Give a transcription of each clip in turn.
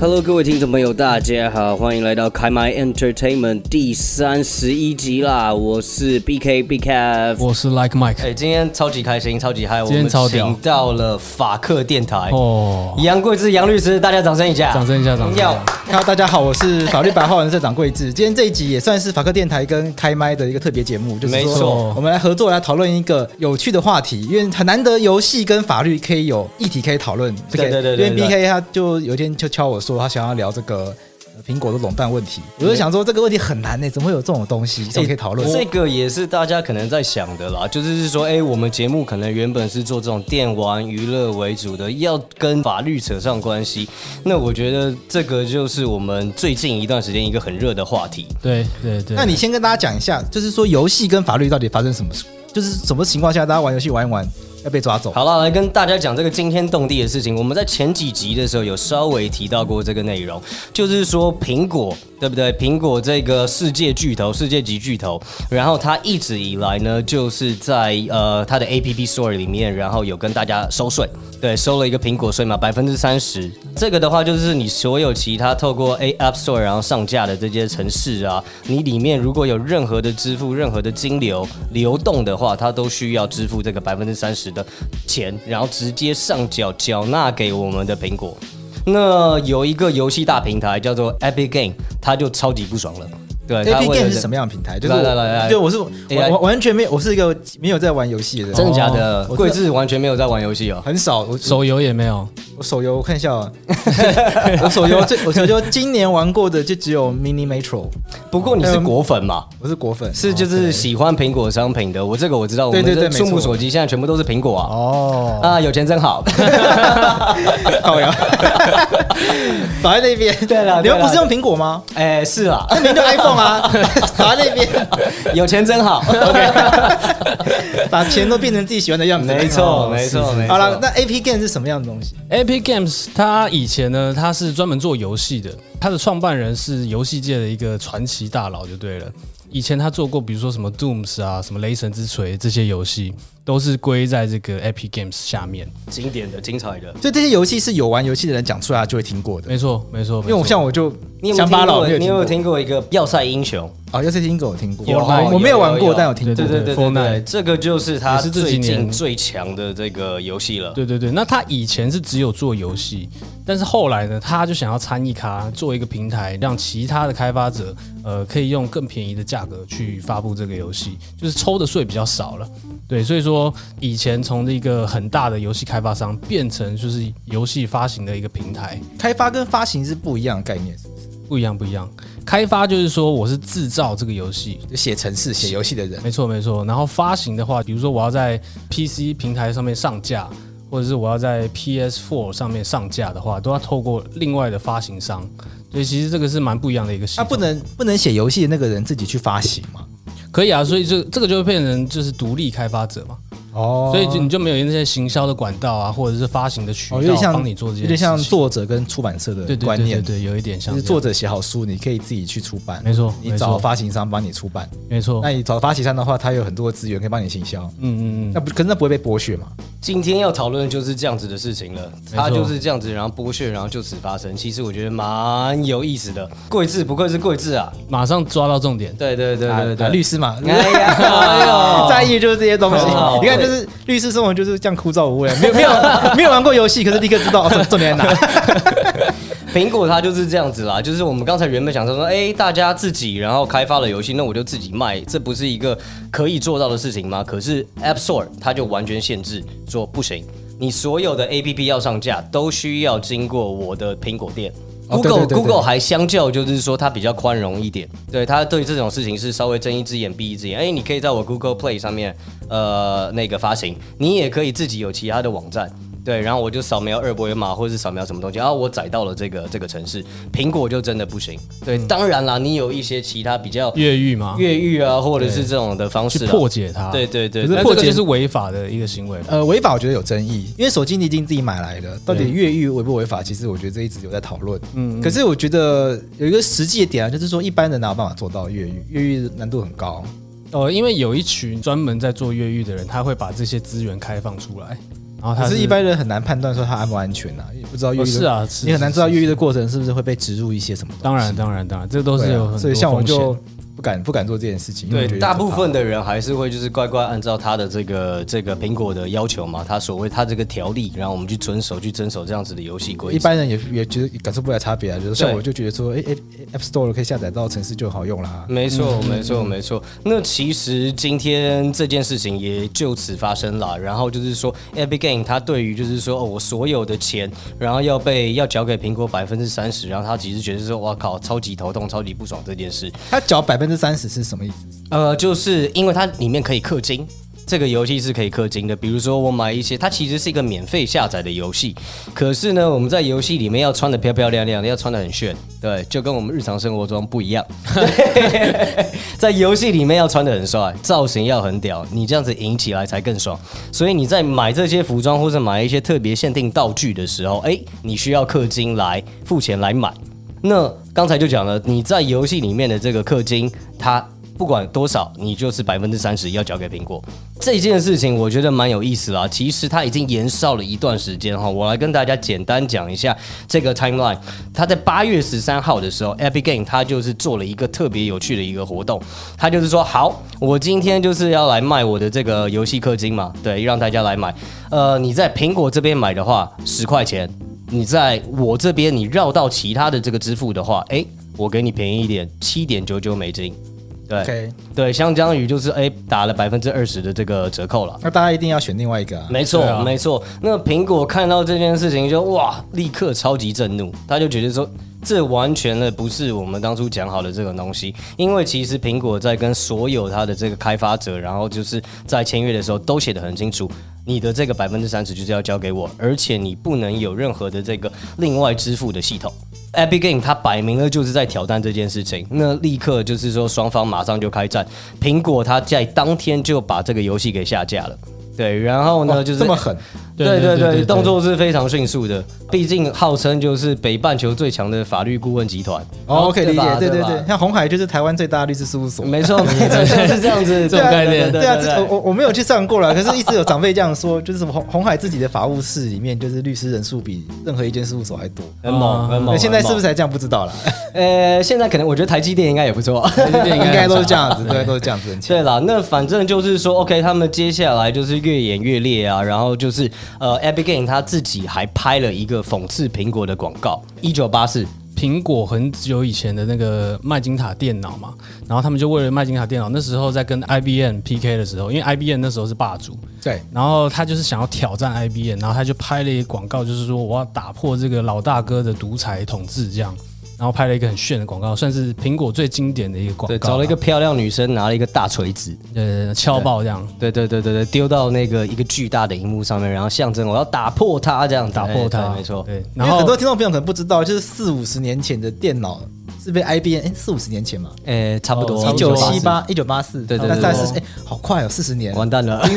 Hello， 各位听众朋友，大家好，欢迎来到开麦 Entertainment 第31集啦！我是 BK Big Cav， 我是 Like Mike。 今天超级开心，超级嗨！ 今天超屌， 我们请到了法克电台杨贵智杨律师，大家掌声一下！ 掌声一下！ Hello， 大家好，我是法律白话文社长贵智。今天这一集也算是法克电台跟开麦的一个特别节目，就是说我们来合作来讨论一个有趣的话题，因为很难得游戏跟法律可以有议题可以讨论。 对，因为 BK 他就有一天就敲我说他想要聊这个苹果的垄断问题，我就想说这个问题很难怎么会有这种东西可以讨论？ 这个也是大家可能在想的啦，就是说，我们节目可能原本是做这种电玩娱乐为主的，要跟法律扯上关系，那我觉得这个就是我们最近一段时间一个很热的话题。 对， 那你先跟大家讲一下，就是说游戏跟法律到底发生什么，就是什么情况下大家玩游戏玩一玩要被抓走？ 好了，来跟大家讲这个惊天动地的事情。我们在前几集的时候有稍微提到过这个内容，就是说苹果，对不对？苹果这个世界巨头、世界级巨头，然后它一直以来呢，就是在它的 App Store 里面，然后有跟大家收税，对，收了一个苹果税嘛，30%。这个的话，就是你所有其他透过 App Store 然后上架的这些程式啊，你里面如果有任何的支付、任何的金流流动的话，它都需要支付这个30%的钱，然后直接上缴纳给我们的苹果。那有一个游戏大平台叫做 Epic Game， 它就超级不爽了。对 ，Epic Game 是什么样的平台？就是对，我是完全没有，我是一个没有在玩游戏的人。 真的假的？贵智完全没有在玩游戏哦， 很少，我手游也没有。 我手游我看一下，我手游今年玩过的就只有 Mini Metro。 不过你是果粉嘛？ 我是果粉， 是就是喜欢苹果商品的。我这个我知道，我们的触目所及现在全部都是苹果啊。 哦啊，有钱真好。 好呀，扫在那边。 对了， 你们不是用苹果吗？ 是啊， 那您就 iPhone 啊，扫在那边。 有钱真好。 OK， 把钱都变成自己喜欢的样子。 没错。 好了，那 Epic Game 是什么样的东西 ？Epic Games 它以前呢，它是专门做游戏的，它的创办人是游戏界的一个传奇大佬就对了。以前他做过，比如说什么 Dooms 啊、什么雷神之锤这些游戏，都是归在这个 Epic Games 下面。 经典的、精彩的， 所以这些游戏是有玩游戏的人讲出来就会听过的。 没错。因为我就乡巴佬， 你有没有听过一个要塞英雄？ 要塞英雄我听过， 我没有玩过，但有听过。 对， 这个就是他最近最强的这个游戏了。 对，那他以前是只有做游戏，但是后来呢，他就想要参一咖，做一个平台，让其他的开发者可以用更便宜的价格去发布这个游戏，就是抽的税比较少了。对，所以说以前从一个很大的游戏开发商变成就是游戏发行的一个平台。 开发跟发行是不一样的概念，是不是？ 不一样。开发就是说我是制造这个游戏， 就写程式、写游戏的人。 没错。然后发行的话，比如说我要在 PC 平台上面上架，或者是我要在 PS4 上面上架的话，都要透过另外的发行商。所以其实这个是蛮不一样的一个系统。 不能写游戏的那个人自己去发行吗？ 可以啊，所以这个就会变成就是独立开发者嘛。所以你就没有那些行销的管道啊，或者是发行的渠道帮你做这些事情， 有点像作者跟出版社的观念。 对，有一点像。 就是作者写好书，你可以自己去出版， 没错。 你找发行商帮你出版， 没错。 那你找发行商的话，他有很多资源可以帮你行销。可是那不会被剥削嘛？ 今天要讨论的就是这样子的事情了，他就是这样子，然后剥削，然后就此发生。其实我觉得蛮有意思的。贵智不愧是贵智啊，马上抓到重点。 对， 律师嘛， 哎在意就是这些东西。你看，就是律师生活就是这样枯燥无味，没有玩过游戏，可是立刻知道重点在哪。 苹果它就是这样子啦，就是我们刚才原本想说，大家自己然后开发了游戏，那我就自己卖，这不是一个可以做到的事情吗？可是 App Store 它就完全限制说不行，你所有的 APP 要上架都需要经过我的苹果店。Google 还相较就是说它比较宽容一点，对，它对这种事情是稍微睁一只眼闭一只眼。你可以在我 Google Play 上面那个发行，你也可以自己有其他的网站。对，然后我就扫描二维码或者是扫描什么东西，然后我载到了这个城市，苹果就真的不行。对，当然啦，你有一些其他比较越狱嘛， 越狱啊，或者是这种的方式去破解它。 对， 可是破解就是违法的一个行为。 违法我觉得有争议，因为手机你已经自己买来的，到底越狱违不违法？其实我觉得这一直有在讨论。可是我觉得有一个实际的点啊，就是说一般人哪有办法做到越狱？越狱难度很高。 因为有一群专门在做越狱的人，他会把这些资源开放出来。 然后它可是一般人很难判断说它安不安全啊，也不知道越狱是啊， 你很难知道越狱的过程是不是会被植入一些什么东西。 当然，这都是有很多风险。 所以像我就不敢做这件事情。 对，大部分的人还是会就是乖乖按照他的这个苹果的要求嘛，他所谓他这个条例，然后我们去遵守这样子的游戏规则。 一般人也觉得感受不来差别啊，就是像我就觉得说，App Store 可以下载到程式就好用啦。 没错。那其实今天这件事情也就此发生了，然后就是说 Epic Game 他对于就是说我所有的钱，然后要缴给苹果30%，然后他其实觉得说哇靠，超级头痛，超级不爽这件事。 他缴30%是什么意思？ 就是因为它里面可以氪金。这个游戏是可以氪金的，比如说我买一些，它其实是一个免费下载的游戏，可是呢，我们在游戏里面要穿得漂漂亮亮的，要穿得很炫，对，就跟我们日常生活中不一样。在游戏里面要穿得很帅，造型要很屌，你这样子赢起来才更爽。所以你在买这些服装或者买一些特别限定道具的时候，你需要氪金来付钱来买。那刚才就讲了，你在游戏里面的这个氪金，它不管多少，你就是30%要交给苹果。这件事情我觉得蛮有意思啦。其实它已经延烧了一段时间哈，我来跟大家简单讲一下这个 timeline。它在8月13号的时候 ，Epic Game 它就是做了一个特别有趣的一个活动，它就是说，好，我今天就是要来卖我的这个游戏氪金嘛，对，让大家来买。你在苹果这边买的话，10块钱。你在我这边，你绕到其他的这个支付的话，我给你便宜一点，7.99美金。对、 okay. 对，相当于就是打了20%的这个折扣了。 那大家一定要选另外一个啊。 没错、没错。那苹果看到这件事情就哇，立刻超级震怒，他就觉得说，这完全的不是我们当初讲好的这个东西。因为其实苹果在跟所有它的这个开发者，然后就是在签约的时候都写得很清楚。你的这个30%就是要交给我，而且你不能有任何的这个另外支付的系统。Epic Game 它摆明了就是在挑战这件事情，那立刻就是说双方马上就开战，苹果它在当天就把这个游戏给下架了。对，然后呢，就是这么狠， 对，动作是非常迅速的。毕竟号称就是北半球最强的法律顾问集团。 可以理解，对，像鸿海就是台湾最大的律师事务所。 没错，就是这样子，这种概念。 对啊，我没有去上过了，可是一直有长辈这样说，就是什么鸿海自己的法务室里面，就是律师人数比任何一间事务所还多， 很猛。 现在是不是才这样？不知道了。 现在可能我觉得台积电应该也不错， 台积电应该都是这样子，对，都是这样子。 对啦，那反正就是说 ，OK， 他们接下来就是越演越烈啊，然后就是Epic Game 他自己还拍了一个讽刺苹果的广告，1984。 苹果很久以前的那个麦金塔电脑嘛，然后他们就为了麦金塔电脑，那时候在跟 IBM PK 的时候，因为 IBM 那时候是霸主， 对， 然后他就是想要挑战 IBM， 然后他就拍了一个广告，就是说我要打破这个老大哥的独裁统治这样。然后拍了一个很炫的广告，算是苹果最经典的一个广告。 对，找了一个漂亮女生，拿了一个大锤子， 敲爆这样。 对，丢到那个一个巨大的荧幕上面，然后象征我要打破它，这样打破它， 没错。 对， 然后很多听众朋友可能不知道，就是40-50年前的电脑是被 IBM，40-50年前嘛， 差不多 ，1978、1984， 对， 那30，好快哦，40年， 完蛋了，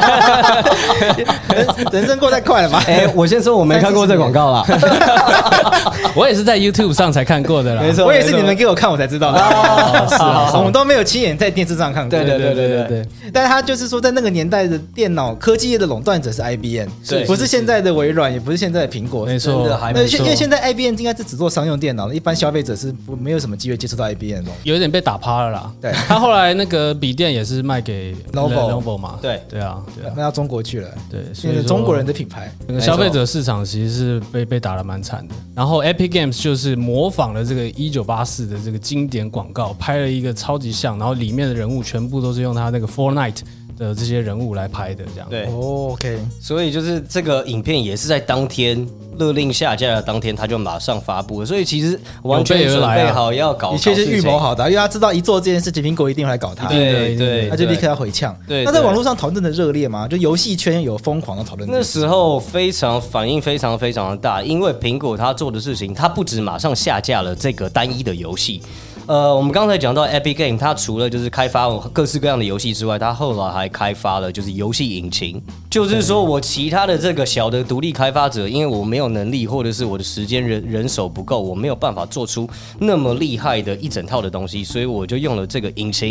人生过太快了吧？ 我先说我没看过这广告啦， 我也是在 YouTube 上才看过的啦， 没错，我也是你们给我看我才知道的，我们都没有亲眼在电视上看过， 对。 但是他就是说，在那个年代的电脑科技业的垄断者是 IBM， 不是现在的微软，也不是现在的苹果， 没错， 因为现在 IBM 应该是只做商用电脑的，一般消费者是没有什么机会接触到 IBM 的， 有点被打趴了啦。 对， 他后来那个笔电也是卖给 Lenovo 嘛，对啊， 卖到中国去了， 对， 所以中国人的品牌， 消费者市场其实是被打得蛮惨的。然后 Epic Games 就是模仿了这个1984的这个经典广告，拍了一个超级像，然后里面的人物全部都是用他那个 Fortnite 的这些人物来拍的，这样。 对 ，OK。 所以就是这个影片也是在当天勒令下架的当天，他就马上发布了。所以其实完全准备好要搞， 的确是预谋好的，因为他知道一做这件事情，苹果一定会来搞他， 对， 他就立刻要回呛。 对， 那在网络上讨论的热烈嘛，就游戏圈有疯狂的讨论。 那时候反应非常的大，因为苹果他做的事情，他不止马上下架了这个单一的游戏。我们刚才讲到 Epic Game， 它除了就是开发各式各样的游戏之外，它后来还开发了就是游戏引擎，就是说我其他的这个小的独立开发者，因为我没有能力或者是我的时间人手不够，我没有办法做出那么厉害的一整套的东西，所以我就用了这个引擎，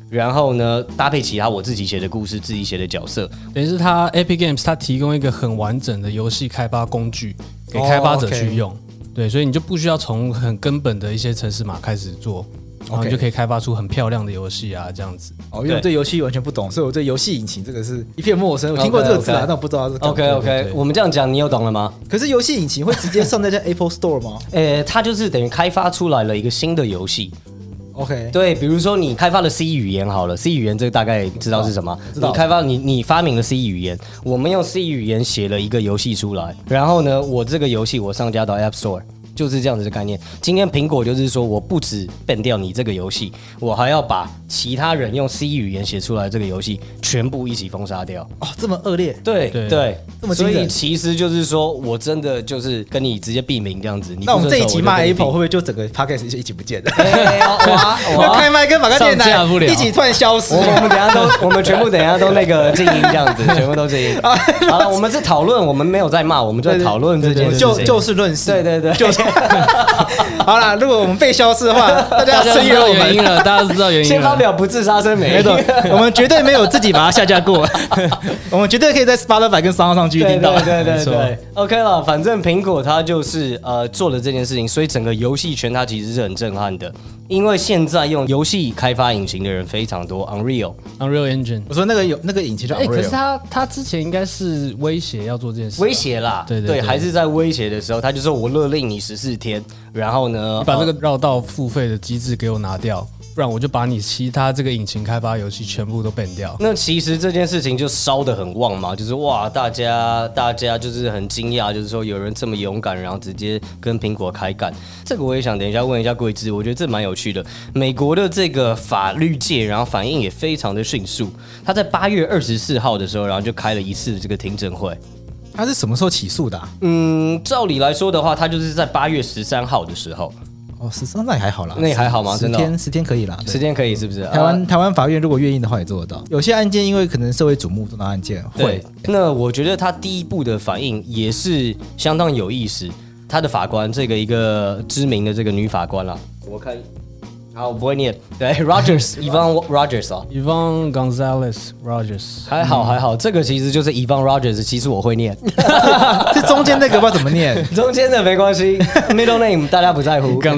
然后呢搭配其他我自己写的故事、自己写的角色， 等于是它 Epic Games 它提供一个很完整的游戏开发工具给开发者去用。对，所以你就不需要从很根本的一些程式码开始做，然后你就可以开发出很漂亮的游戏啊，这样子。 因为我对游戏完全不懂，所以我对游戏引擎这个是一片陌生。我听过这个字啊，但我不知道是。 OK， 我们这样讲，你有懂了吗？ 可是游戏引擎会直接上在Apple Store 吗？ 它就是等于开发出来了一个新的游戏。 OK， 对，比如说你开发了 C 语言好了 ，C 语言这个大概知道是什么？你开发你发明了 C 语言，我们用 C 语言写了一个游戏出来，然后呢，我这个游戏我上架到 App Store。就是这样子的概念。今天苹果就是说，我不只ban掉你这个游戏，我还要把其他人用 C 语言写出来这个游戏全部一起封杀掉。 这么恶劣？ 对， 这么所以其实就是说我真的就是跟你直接避名这样子。 那我们这一集骂 Apple 会不会就整个 podcast 就一起不见了？ 我开麦跟马克电台一起突然消失。 我们全部等一下都那个静音这样子，全部都静音。好了，我们是讨论，我们没有在骂，我们就在讨论这件事情， 就事论事。 对， 就是。好啦，如果我们被消失的话，大家声援我们。 原因了，大家知道原因了。 先发表不自杀声明。 没错，我们绝对没有自己把它下架过，我们绝对可以在 Spotify 跟 SoundCloud 上继续听到。 对 ，OK 了，反正苹果它就是做了这件事情，所以整个游戏圈它其实是很震撼的。因为现在用游戏开发引擎的人非常多 ，Unreal Engine。 我说那个引擎叫 Unreal， 可是他之前应该是威胁要做这件事， 威胁啦，对，还是在威胁的时候，他就说我勒令你14天，然后呢， 你把这个绕道付费的机制给我拿掉。不然我就把你其他这个引擎开发游戏全部都 ban 掉。 那其实这件事情就烧得很旺嘛，就是哇，大家就是很惊讶，就是说有人这么勇敢，然后直接跟苹果开干。这个我也想等一下问一下桂枝，我觉得这蛮有趣的。美国的这个法律界，然后反应也非常的迅速。他在8月24号的时候，然后就开了一次这个听证会。 他是什么时候起诉的？ 照理来说的话，他就是在8月13号的时候。 13那也还好啦， 那也还好吗？真的 10天可以啦 ，10天可以是不是？ 台湾法院如果愿意的话也做得到。有些案件因为可能社会瞩目，重大案件会。 那我觉得他第一步的反应也是相当有意思。他的法官一个知名的这个女法官啦，我看。好，我不会念。对 ，Yvonne Rogers 哦 ，Yvonne Gonzalez Rogers， 还好，这个其实就是 Yvonne Rogers， 其实我会念， 是中间那个不知道怎么念， 中间的没关系 ，middle name 大家不在乎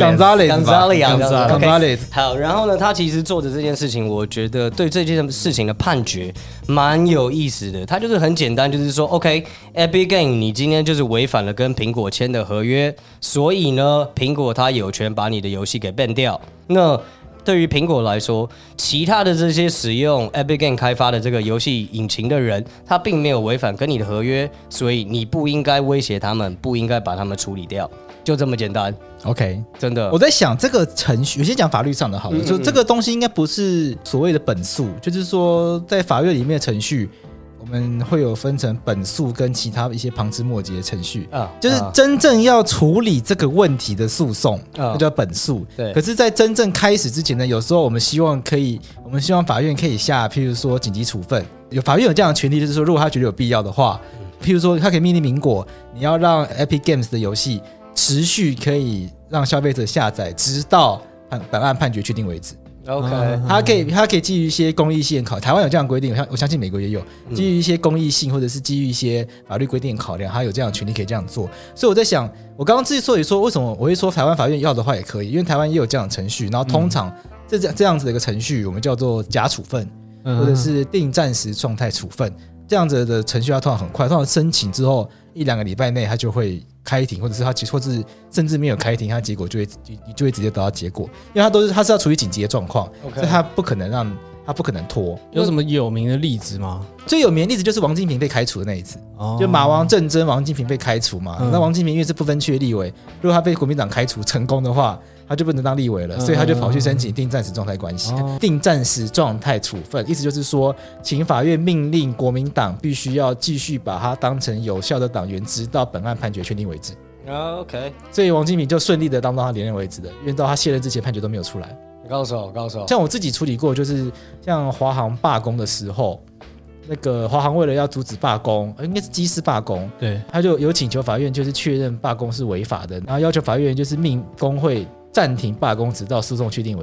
，Gonzalez。 好，然后呢，他其实做的这件事情，我觉得对这件事情的判决蛮有意思的。他就是很简单，就是说 ，OK，Epic Games 你今天就是违反了跟苹果签的合约，所以呢，苹果它有权把你的游戏给ban掉。那对于苹果来说，其他的这些使用 Epic Games 开发的这个游戏引擎的人，他并没有违反跟你的合约，所以你不应该威胁他们，不应该把他们处理掉，就这么简单。 OK， 真的。 我在想这个程序，有些讲法律上的好了，就这个东西应该不是所谓的本诉，就是说在法院里面的程序。我们会有分成本诉跟其他一些旁枝末节的程序，就是真正要处理这个问题的诉讼，那叫本诉。 对。 可是，在真正开始之前呢，有时候我们希望法院可以下，譬如说紧急处分，法院有这样的权利，就是说，如果他觉得有必要的话，譬如说，他可以命令苹果，你要让 Epic Games 的游戏持续可以让消费者下载，直到本案判决确定为止。 OK， 它可以基于一些公益性考，台湾有这样规定，我相信美国也有，基于一些公益性或者是基于一些法律规定考量，它有这样的权利可以这样做。所以我在想，我刚刚之所以说为什么我会说台湾法院要的话也可以，因为台湾也有这样的程序，然后通常这样子的一个程序，我们叫做假处分，或者是定暂时状态处分，这样子的程序它通常很快，通常申请之后1-2个礼拜内它就会开庭，或者是甚至没有开庭，它结果就会直接得到结果，因为它是要处理紧急的状况，所以它不可能拖。 有什么有名的例子吗？ 最有名的例子就是王金平被开除的那一次，就马王政争，王金平被开除嘛。那王金平因为是不分区的立委，如果他被国民党开除成功的话，他就不能当立委了，所以他就跑去申请定暂时状态关系，定暂时状态处分，意思就是说，请法院命令国民党必须要继续把他当成有效的党员，直到本案判决确定为止。 OK， 所以王金平就顺利的当到他连任为止的，因为到他卸任之前判决都没有出来。 告诉我， 像我自己处理过，就是像华航罢工的时候，那个华航为了要阻止罢工，应该是机师罢工， 对， 他就有请求法院就是确认罢工是违法的，然后要求法院就是命工会暂停罢工，直到诉讼确定为止。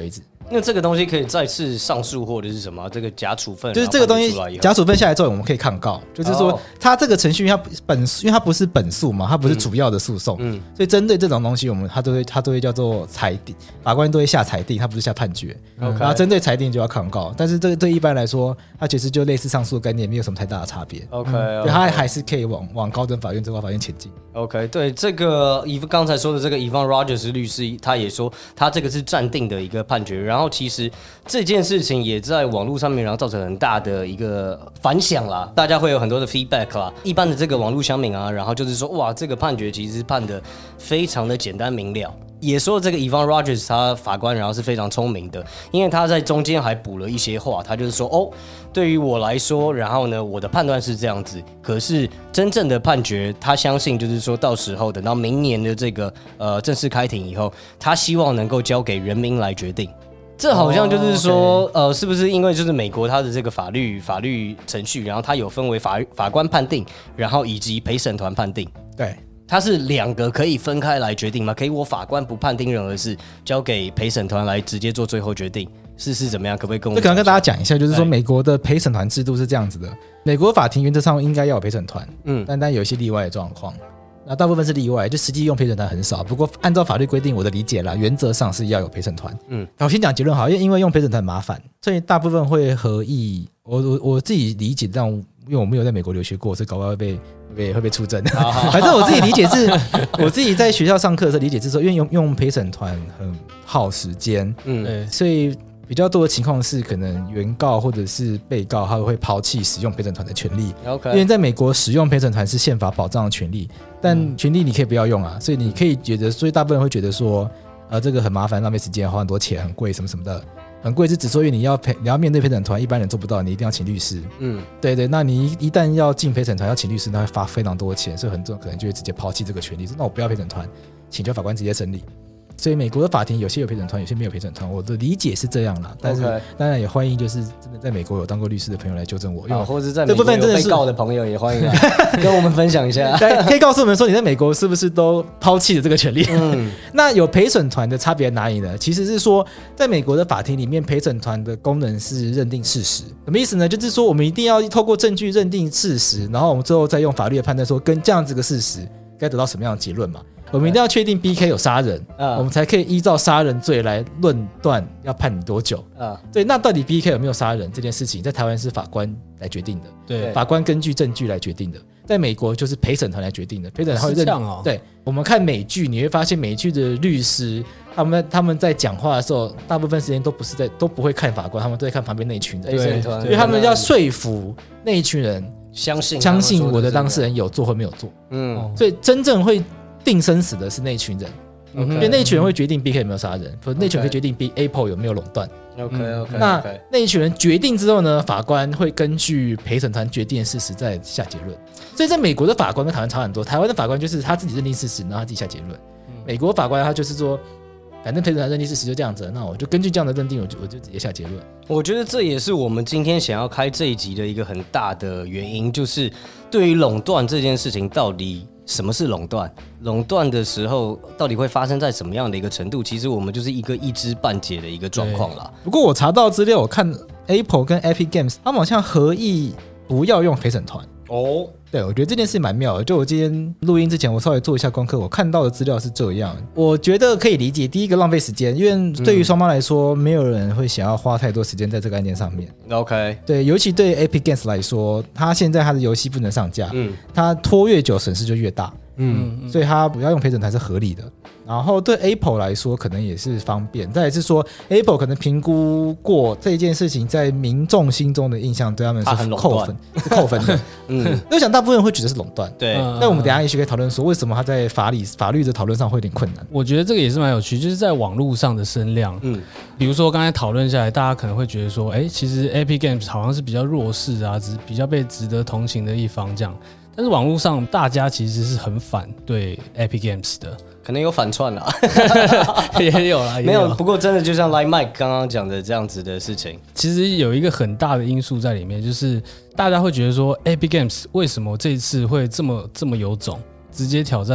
那这个东西可以再次上诉或者是什么？这个假处分， 就是这个东西假处分下来之后，我们可以抗告，就是说它这个程序因为它不是本诉嘛，它不是主要的诉讼，所以针对这种东西，它都会叫做裁定，法官都会下裁定，它不是下判决。然后针对裁定就要抗告，但是这个对一般来说，它其实就类似上诉的概念，没有什么太大的差别。 OK， 对，它还是可以往高等法院、最高法院前进。 OK， 对，这个刚才说的这个Yvonne Rogers 律师，他也说他这个是暂定的一个判决，然后其实这件事情也在网络上面，然后造成很大的一个反响啦，大家会有很多的 feedback 啦。一般的这个网络乡民啊，然后就是说，哇，这个判决其实判的非常的简单明了。也说这个 Yvonne Rogers 他法官然后是非常聪明的，因为他在中间还补了一些话，他就是说对于我来说，然后呢我的判断是这样子，可是真正的判决他相信就是说到时候等到明年的这个正式开庭以后，他希望能够交给人民来决定。这好像就是说是不是因为就是美国它的这个法律程序，然后它有分为法官判定，然后以及陪审团判定。 对。 它是两个可以分开来决定吗？可以我法官不判定任何事，交给陪审团来直接做最后决定，是怎么样？可不可以跟我们？ 这可能跟大家讲一下，就是说美国的陪审团制度是这样子的，美国法庭原则上应该要有陪审团，但有一些例外的状况，那大部分是例外，就实际用陪审团很少。不过按照法律规定，我的理解啦，原则上是要有陪审团。我先讲结论好，因为用陪审团很麻烦，所以大部分会合议。我自己理解，但因为我没有在美国留学过，所以搞不好会被出征。反正我自己理解是，我自己在学校上课的时候理解是说，因为用陪审团很耗时间，所以比较多的情况是，可能原告或者是被告他会抛弃使用陪审团的权利。因为在美国使用陪审团是宪法保障的权利，但权利你可以不要用啊，所以你可以觉得，所以大部分人会觉得说，这个很麻烦，浪费时间，花很多钱，很贵，什么什么的。很贵是指说，因为你要面对陪审团，一般人做不到，你一定要请律师。对，那你一旦要进陪审团要请律师，那会花非常多的钱，所以很多人可能就会直接抛弃这个权利，说那我不要陪审团，请求法官直接审理。所以美国的法庭有些有陪审团，有些没有陪审团，我的理解是这样啦。但是当然也欢迎就是真的在美国有当过律师的朋友来纠正我， 或者在美国有被告的朋友也欢迎来跟我们分享一下。 可以告诉我们说你在美国是不是都抛弃了这个权利？那有陪审团的差别在哪里呢？其实是说在美国的法庭里面，陪审团的功能是认定事实。什么意思呢？就是说我们一定要透过证据认定事实，然后我们最后再用法律的判断说跟这样子的事实该得到什么样的结论嘛。我们一定要确定 BK 有杀人，我们才可以依照杀人罪来论断要判你多久。对，那到底 BK 有没有杀人这件事情，在台湾是法官来决定的， 对， 法官根据证据来决定的。在美国就是陪审团来决定的，陪审团会认定。对，我们看美剧，你会发现美剧的律师他们在讲话的时候，大部分时间都不会看法官，他们都在看旁边那一群人，因为他们要说服那一群人相信我的当事人有做或没有做。所以真正会定生死的是那一群人，因为那一群人会决定 BK 有没有杀人，那一群人会决定 Apple 有没有垄断。那一群人决定之后呢，法官会根据陪审团决定的事实再下结论。所以在美国的法官跟台湾差很多，台湾的法官就是他自己认定事实，然后他自己下结论。美国法官他就是说，反正陪审团认定事实就这样子，那我就根据这样的认定，我就直接下结论。 我觉得这也是我们今天想要开这一集的一个很大的原因，就是对于垄断这件事情，到底什么是垄断？垄断的时候到底会发生在什么样的一个程度？其实我们就是一知半解的一个状况啦。 不过我查到资料，我看 Apple 跟 Epic Games 他们好像合意不要用陪审团。对，我觉得这件事蛮妙的。就我今天录音之前，我稍微做一下功课，我看到的资料是这样。我觉得可以理解，第一个浪费时间，因为对于双方来说，没有人会想要花太多时间在这个案件上面。 OK， 对，尤其对 Epic Games 来说，他现在他的游戏不能上架，他拖越久损失就越大。所以他不要用陪审团是合理的。然后对 Apple 来说可能也是方便，再来是说 Apple 可能评估过这件事情在民众心中的印象对他们是扣分的。我想大部分人会觉得是垄断。 对， 但我们等一下也许可以讨论说为什么他在法律的讨论上会有点困难。 我觉得这个也是蛮有趣，就是在网络上的声量。比如说刚才讨论下来，大家可能会觉得说，其实 Epic Games 好像是比较弱势啊，比较被值得同情的一方这样。但是网络上大家其实是很反对 Epic Games 的， 可能有反串啦， 也有啦， 没有。不过真的就像 Like Mike 刚刚讲的这样子的事情， 其实有一个很大的因素在里面，就是大家会觉得说 Epic Games 为什么这一次会这么有种，直接挑战苹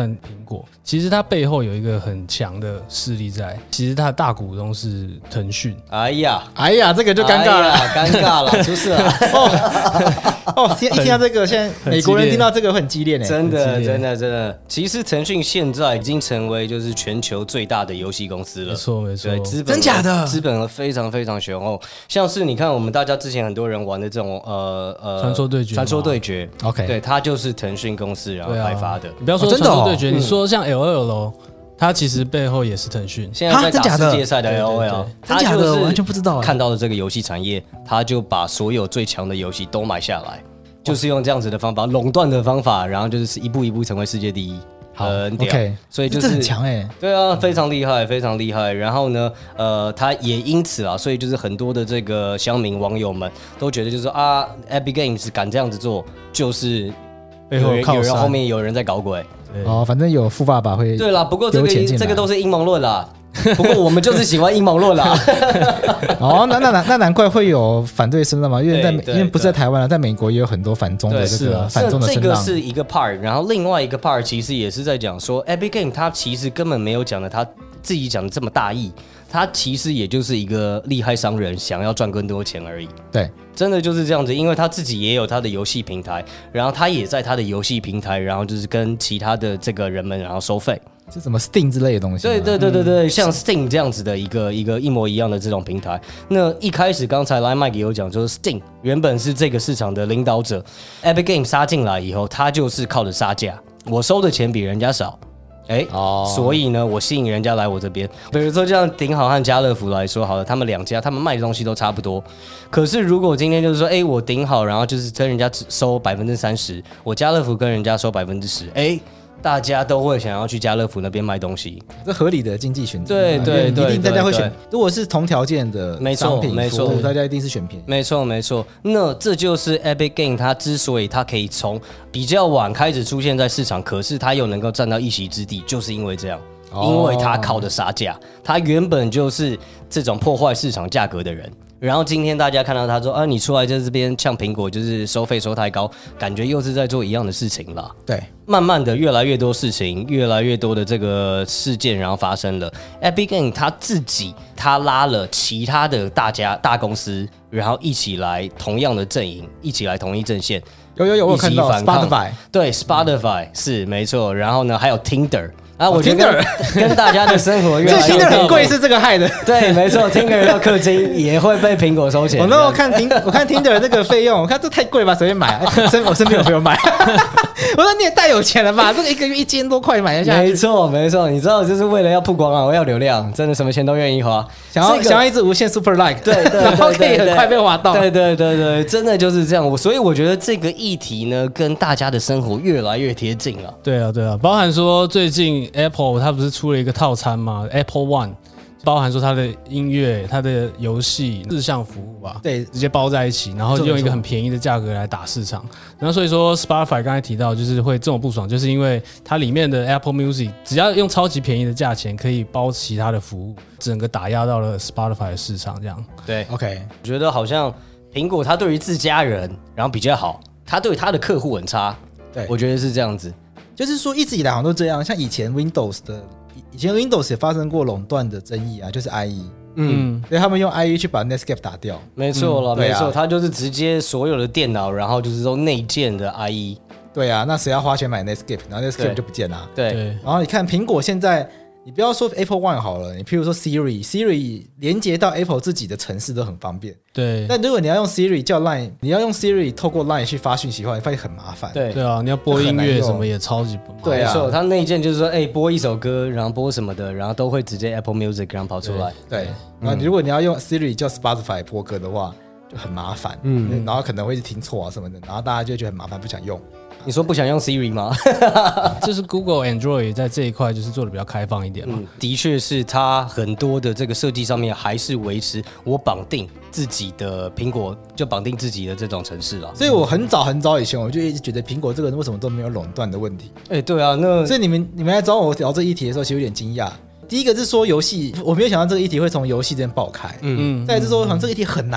果。其实它背后有一个很强的势力在，其实它的大股东是腾讯。 哎呀， 这个就尴尬了， 尴尬了，出事了。 一听到这个，现在美国人听到这个会很激烈呢。 真的。其实腾讯现在已经成为就是全球最大的游戏公司了。 没错。 对， 真假的？ 资本额非常非常雄厚。像是你看我们大家之前很多人玩的这种传说对决 ，OK， 对，它就是腾讯公司然后开发的。 你不要说传说对决，你说像 LOL。它其实背后也是腾讯， 现在在打世界赛的 LOL， 真假的，我完全不知道。 看到了这个游戏产业，他就把所有最强的游戏都买下来，就是用这样子的方法，垄断的方法，然后就是一步一步成为世界第一。很屌，所以就是很强哎， 对啊，非常厉害，非常厉害。然后呢，他也因此啊，所以就是很多的这个乡民网友们都觉得，就是说啊 ，Epic Games 敢这样子做，就是背后靠山， 后面有人在搞鬼。 反正有富爸爸会对啦，不过这个都是阴谋论啦。不过我们就是喜欢阴谋论啦。 那难怪会有反对声浪嘛，因为不是在台湾啦，在美国也有很多反中的这个反中的声浪。 这个是一个 part， 然后另外一个 part 其实也是在讲说 ，Epic Game 它其实根本没有讲的他自己讲的这么大意，他其实也就是一个厉害商人想要赚更多钱而已。 对， 真的就是这样子，因为他自己也有他的游戏平台，然后他也在他的游戏平台，然后就是跟其他的这个人们然后收费。 是什么 Steam 之类的东西？ 对，像 Steam 这样子的一个一模一样的这种平台。那一开始刚才来 Mike 有讲，就是 Steam 原本是这个市场的领导者 ，Epic Games 杀进来以后，他就是靠着杀价，我收的钱比人家少。所以呢，我吸引人家来我这边。比如说，像顶好和家乐福来说好了，他们两家他们卖的东西都差不多。可是如果今天就是说，我顶好，然后就是跟人家只收30%，我家乐福跟人家收10%，大家都会想要去家乐福那边买东西， 这合理的经济选择。 对， 一定大家会选。如果是同条件的商品， 没错， 大家一定是选便宜。 没错。那这就是 Epic Game 它之所以它可以从比较晚开始出现在市场，可是它又能够占到一席之地，就是因为这样。因为它靠的杀价，它原本就是这种破坏市场价格的人。然后今天大家看到他说你出来在这边呛苹果，就是收费收太高，感觉又是在做一样的事情了。 对， 慢慢的越来越多事情，越来越多的这个事件，然后发生了。Epic Games 他拉了其他的大公司，然后一起来同样的阵营，一起来同一阵线。 有，我有看到 Spotify， 对 Spotify 是没错。然后呢，还有 Tinder。我觉得跟大家的生活越来越 Tinder 很贵是这个害的。 对，没错 ，Tinder 要氪金也会被苹果收钱。 我那时候看 Tinder 那个费用，我看这太贵了吧，随便买。我身边有朋友买，我说你也太有钱了吧，这个一个月1000多块买得下去。 没错，你知道就是为了要曝光啊，我要流量，真的什么钱都愿意花。想要一直无限 super like， 对， 然后可以很快被滑到。 对，真的就是这样。所以我觉得这个议题呢，跟大家的生活越来越贴近了。 对啊，包含说最近 Apple 它不是出了一个套餐吗 ？Apple One， 包含说它的音乐、它的游戏4项服务吧， 对， 直接包在一起，然后用一个很便宜的价格来打市场。然后所以说 Spotify 刚才提到就是会这种不爽，就是因为它里面的 Apple Music 只要用超级便宜的价钱可以包其他的服务，整个打压到了 Spotify 的市场这样。 对 ，OK， 我觉得好像苹果它对于自家人然后比较好，它对它的客户很差。对，我觉得是这样子。 就是说一直以来好像都这样，像以前 Windows 也发生过垄断的争议啊，就是 IE， 所以他们用 IE 去把 Netscape 打掉。 没错了，没错，它就是直接所有的电脑，然后就是都内建的 IE。 对啊，那谁要花钱买 Netscape， 然后 Netscape 就不见了。 对， 然后你看苹果现在。你不要说 Apple One 好了，你譬如说 Siri 连接到 Apple 自己的程式都很方便。 对。 但如果你要用 Siri 叫 Line， 你要用 Siri 透过 Line 去发讯息的话，你发现很麻烦。 对啊，你要播音乐什么也超级不麻烦。 对啊，没错，它内建就是说，播一首歌，然后播什么的，然后都会直接 Apple Music 然后跑出来。 对。然后如果你要用 Siri 叫 Spotify 播歌的话，就很麻烦。然后可能会听错啊什么的，然后大家就觉得很麻烦，不想用。 你说不想用 Siri 吗？ 就是 Google Android 在这一块就是做的比较开放一点嘛。 的确是它很多的这个设计上面还是维持我绑定自己的苹果，就绑定自己的这种程式了。 所以我很早以前我就一直觉得苹果这个人为什么都没有垄断的问题。 对啊，所以你们来找我聊这议题的时候，其实有点惊讶。第一个是说游戏，我没有想到这个议题会从游戏这边爆开。再来是说，好像这个议题很难。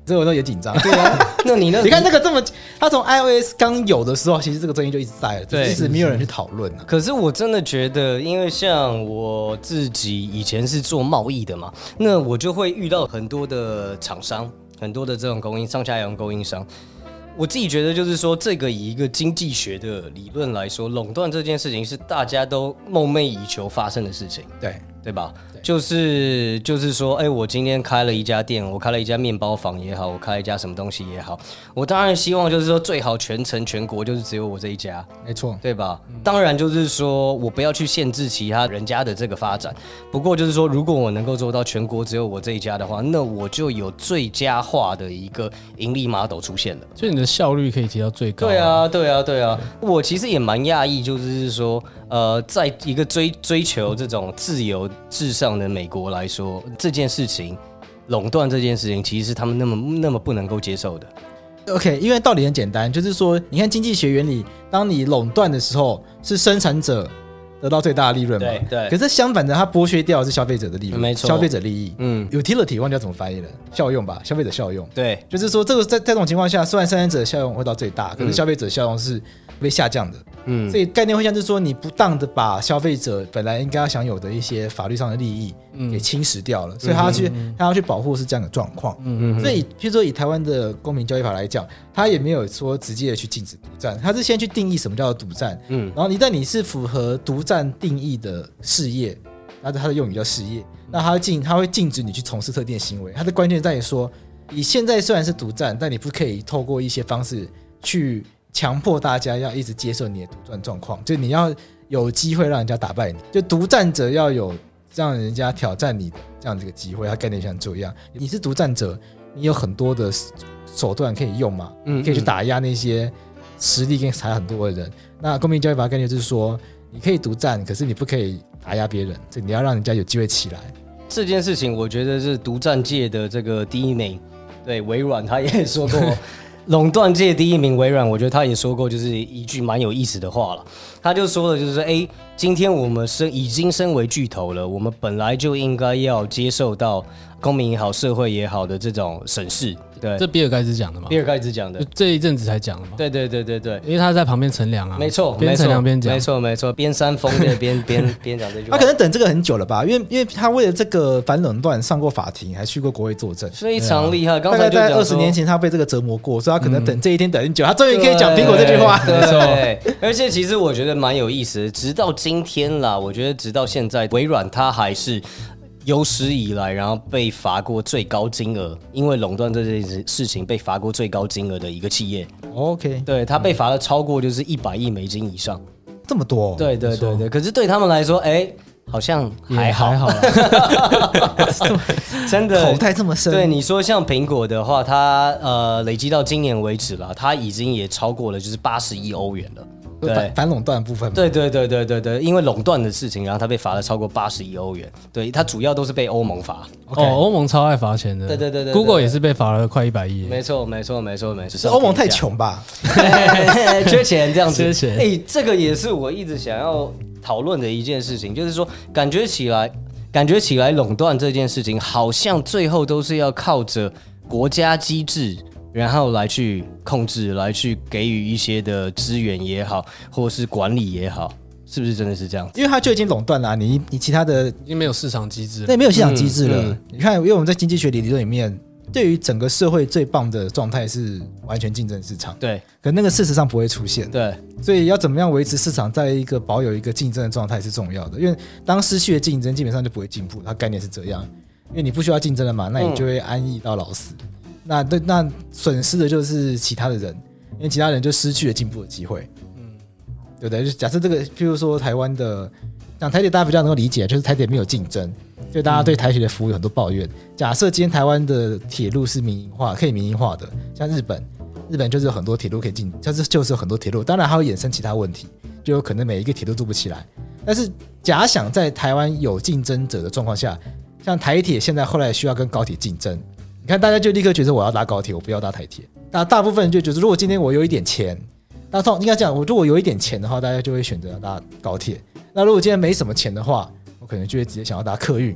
这我都也紧张。 对啊，那你看那个这么，他从 iOS 刚有的时候，其实这个争议就一直在了， 对， 一直没有人去讨论啊。 可是我真的觉得，因为像我自己以前是做贸易的嘛，那我就会遇到很多的厂商，很多的这种上下游供应商。我自己觉得就是说，这个以一个经济学的理论来说，垄断这件事情是大家都梦寐以求发生的事情，对吧？就是说，我今天开了一家店，我开了一家面包房也好，我开了一家什么东西也好，我当然希望就是说最好全国就是只有我这一家， 没错， 对吧？当然就是说我不要去限制其他人家的这个发展，不过就是说，如果我能够做到全国只有我这一家的话，那我就有最佳化的一个盈利model出现了， 所以你的效率可以提到最高。 对啊，我其实也蛮讶异，就是说，在一个追求这种自由至上的美国来说，这件事情垄断这件事情，其实是他们那么不能够接受的。 OK， 因为道理很简单，就是说，你看经济学原理，当你垄断的时候，是生产者得到最大的利润嘛？ 对。 可是相反的，它剥削掉的是消费者的利润， 没错， 消费者利益。utility 忘记要怎么翻译了，效用吧，消费者效用。 对， 就是说，这个在这种情况下，虽然生产者效用会到最大，可是消费者效用是被下降的。所以概念会像就是说，你不当的把消费者本来应该要享有的一些法律上的利益给侵蚀掉了，所以他要去保护是这样的状况。所以譬如说以台湾的公民交易法来讲，他也没有说直接的去禁止独占，他是先去定义什么叫做独占，然后一旦你是符合独占定义的事业，那它的用语叫事业，那它会禁止你去从事特定的行为。它的关键在于说，你现在虽然是独占，但你不可以透过一些方式去强迫大家要一直接受你的独占状况，就你要有机会让人家打败你，就独占者要有让人家挑战你的这样子一个机会，它概念像这样。你是独占者，你有很多的手段可以用嘛，可以去打压那些实力跟差很多的人。那公民交易法概念就是说，你可以独占，可是你不可以打压别人，所以你要让人家有机会起来。 这件事情我觉得是独占界的这个第一名，对，微软他也说过。垄断界第一名微软，我觉得他也说过，就是一句蛮有意思的话了。他就说的就是，今天我们已经身为巨头了，我们本来就应该要接受到公民也好、社会也好的这种审视。对， 这比尔盖茨讲的嘛？ 比尔盖茨讲的， 就这一阵子才讲的嘛？ 对， 因为他在旁边乘凉啊。 没错， 边乘凉边讲。 没错，边扇风的边讲这句话。 他可能等这个很久了吧？因为他为了这个反垄断上过法庭，还去过国会作证， 非常厉害。 大概在20年前他被这个折磨过，所以他可能等这一天等很久，他终于可以讲苹果这句话。 对，而且其实我觉得蛮有意思的，直到今天啦，我觉得直到现在，微软它还是有史以来，然后被罚过最高金额，因为垄断这件事情被罚过最高金额的一个企业。 OK， 对，他被罚了超过就是100亿美金以上， 这么多。 对。可是对他们来说，好像还好啦。真的口袋这么深。 对你说，像苹果的话，它累积到今年为止啦，它已经也超过了就是80亿欧元了。 反垄断的部分嘛， 对，因为垄断的事情，然后他被罚了超过80亿欧元。对，他主要都是被欧盟罚。 欧盟超爱罚钱的。 对 ，Google 也是被罚了快100亿。 没错。 是欧盟太穷吧？ 缺钱这样子。 缺钱。 这个也是我一直想要讨论的一件事情，就是说，感觉起来垄断这件事情，好像最后都是要靠着国家机制。然后来去控制，来去给予一些的资源也好，或是管理也好，是不是真的是这样子？ 因为它就已经垄断了，你其他的已经没有市场机制了。 对，没有市场机制了。你看，因为我们在经济学理论里面，对于整个社会最棒的状态是完全竞争市场。 对， 可那个事实上不会出现。 对， 所以要怎么样维持市场在一个保有一个竞争的状态是重要的。因为当失去了竞争，基本上就不会进步。它概念是这样，因为你不需要竞争了嘛，那你就会安逸到老死。那损失的就是其他的人，因为其他人就失去了进步的机会，对不对？就假设这个，譬如说台湾的，像台铁大家比较能够理解，就是台铁没有竞争，所以大家对台铁的服务有很多抱怨。假设今天台湾的铁路是民营化，可以民营化的，像日本就是有很多铁路可以进，就是有很多铁路，当然还会衍生其他问题，就有可能每一个铁路做不起来。但是假想在台湾有竞争者的状况下，像台铁现在后来需要跟高铁竞争。你看，大家就立刻觉得我要搭高铁，我不要搭台铁。大部分人就觉得，如果今天我有一点钱，应该讲，我如果有一点钱的话，大家就会选择搭高铁。那如果今天没什么钱的话，我可能就会直接想要搭客运。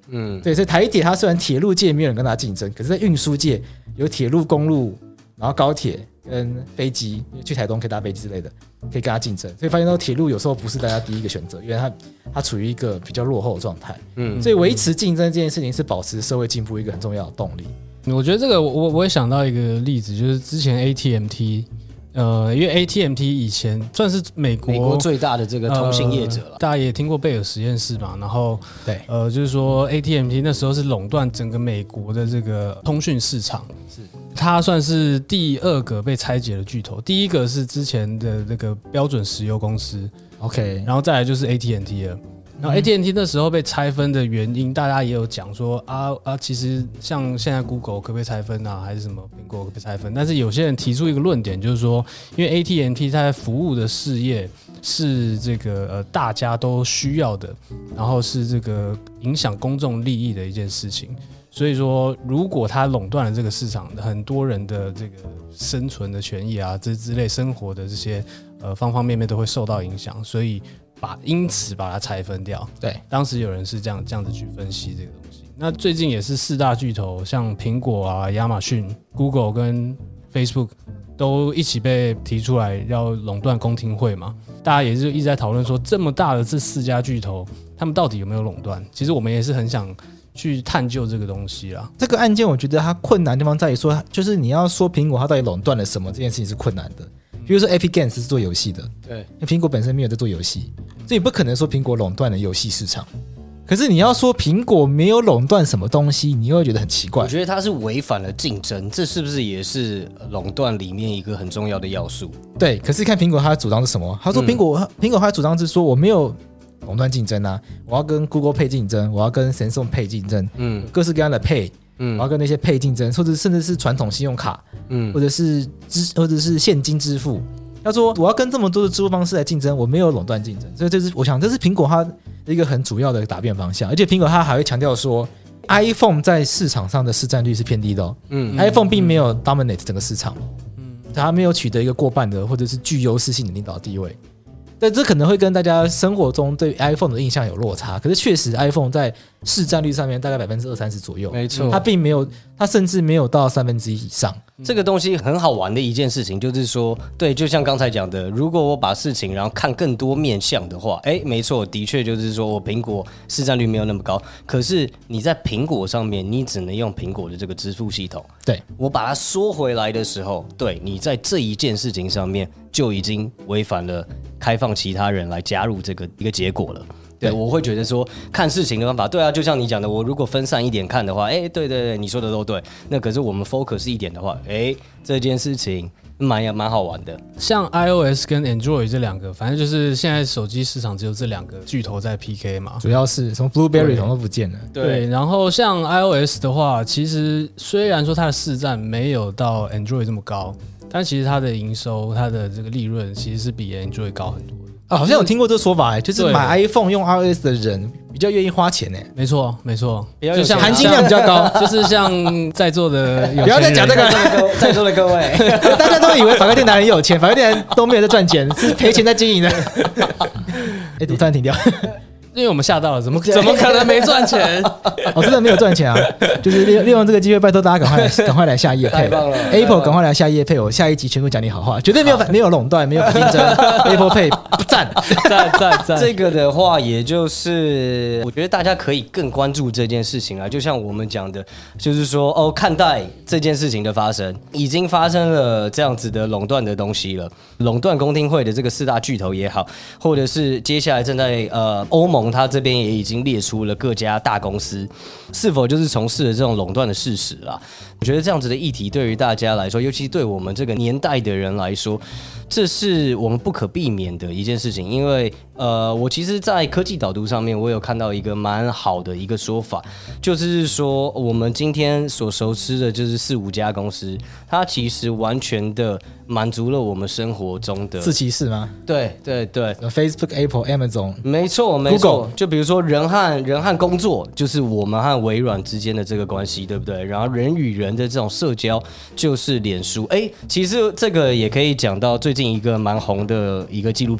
对，所以台铁它虽然铁路界没有人跟它竞争，可是在运输界有铁路、公路，然后高铁跟飞机，去台东可以搭飞机之类的，可以跟它竞争。所以发现到铁路有时候不是大家第一个选择，因为它处于一个比较落后的状态。所以维持竞争这件事情是保持社会进步一个很重要的动力。 我觉得这个我也想到一个例子，就是之前 AT&T。因为 AT&T 以前算是美国最大的这个通信业者了， 大家也听过贝尔实验室嘛，然后对， 就是说 AT&T 那时候是垄断整个美国的这个通讯市场，是它算是第2个被拆解的巨头，第一个是之前的那个标准石油公司 ，OK， 然后再来就是 AT&T 了。然后 AT&T 那时候被拆分的原因，大家也有讲说其实像现在 Google 可不可以拆分啊，还是什么苹果可不可以拆分？但是有些人提出一个论点，就是说，因为 AT&T 它在服务的事业是这个大家都需要的，然后是这个影响公众利益的一件事情。所以说，如果它垄断了这个市场，很多人的这个生存的权益啊，这之类生活的这些方方面面都会受到影响，所以因此把它拆分掉。 对， 当时有人是这样子去分析这个东西。那最近也是4大巨头，像苹果啊、亚马逊、Google 跟 Facebook 都一起被提出来要垄断公听会嘛。大家也是一直在讨论说，这么大的这4家巨头，他们到底有没有垄断？其实我们也是很想去探究这个东西啦。 这个案件我觉得它困难的地方在于说，就是你要说苹果它到底垄断了什么，这件事情是困难的。比如说 Epic Games 是做游戏的， 对， 因为苹果本身没有在做游戏，所以不可能说苹果垄断了游戏市场。可是你要说苹果没有垄断什么东西，你又会觉得很奇怪。 我觉得它是违反了竞争，这是不是也是垄断里面一个很重要的要素？ 对，可是看苹果它的主张是什么？他说苹果它的主张是说我没有垄断竞争啊，我要跟 Google Pay 竞争，我要跟 Samsung Pay 竞争，各式各样的 Pay，我要跟那些 Pay 竞争，或者甚至是传统信用卡，或者是现金支付。他说我要跟这么多的支付方式来竞争，我没有垄断竞争，所以我想这是苹果它一个很主要的答辩方向。而且苹果它还会强调说 ，iPhone 在市场上的市占率是偏低的哦，iPhone 并没有 dominate 整个市场，它没有取得一个过半的或者是具优势性的领导地位。但这可能会跟大家生活中对 iPhone 的印象有落差，可是确实 iPhone 在市占率上面大概20-30%左右， 没错， 它甚至没有到1/3以上。 这个东西很好玩的一件事情，就是说，对，就像刚才讲的，如果我把事情然后看更多面向的话，没错，的确就是说我苹果市占率没有那么高，可是你在苹果上面，你只能用苹果的这个支付系统。 对， 我把它说回来的时候，对，你在这一件事情上面就已经违反了开放其他人来加入这个一个结果了。对，我会觉得说看事情的方法，对啊，就像你讲的，我如果分散一点看的话，对，你说的都对。那可是我们 focus 一点的话，这件事情蛮好玩的。 像 iOS 跟 Android 这两个，反正就是现在手机市场只有这2个巨头在 PK 嘛， 主要是什么 Blueberry 统都不见了。 对，然后像 iOS 的话，其实虽然说它的市占没有到 Android 这么高，但其实它的营收、它的这个利润其实是比 Android 高很多的。 好像有听过这个说法，就是买 iPhone 用 iOS 的人比较愿意花钱。 没错， 就像含金量比较高， 就是像在座的有钱人， 不要再讲这个， 在座的各位， 大家都以为法克电台很有钱，法克电台都没有在赚钱，是赔钱在经营的。突然停掉。 因为我们吓到了，怎么可能没赚钱？ 真的没有赚钱啊！就是利用这个机会，拜托大家赶快来下业配。 太棒了 ！Apple 赶快来下业配，我下一集全部讲你好话，绝对没有垄断，没有竞争。Apple Pay 不赞。 这个的话，也就是我觉得大家可以更关注这件事情啊。就像我们讲的，就是说看待这件事情的发生，已经发生了这样子的垄断的东西了。垄断公听会的这个4大巨头也好，或者是接下来正在欧盟。他这边也已经列出了各家大公司是否就是从事了这种垄断的事实啦。我觉得这样子的议题对于大家来说，尤其对我们这个年代的人来说，这是我们不可避免的一件事情。因为我其实在科技导读上面，我有看到一个蛮好的一个说法，就是说我们今天所熟知的就是4-5家公司，它其实完全的满足了我们生活中的自歧视吗？ 对 ，Facebook、Apple、Amazon， 没错。就比如说人和工作，就是我们和微软之间的这个关系，对不对？然后人与人的这种社交，就是脸书。其实这个也可以讲到最近一个蛮红的一个纪录片，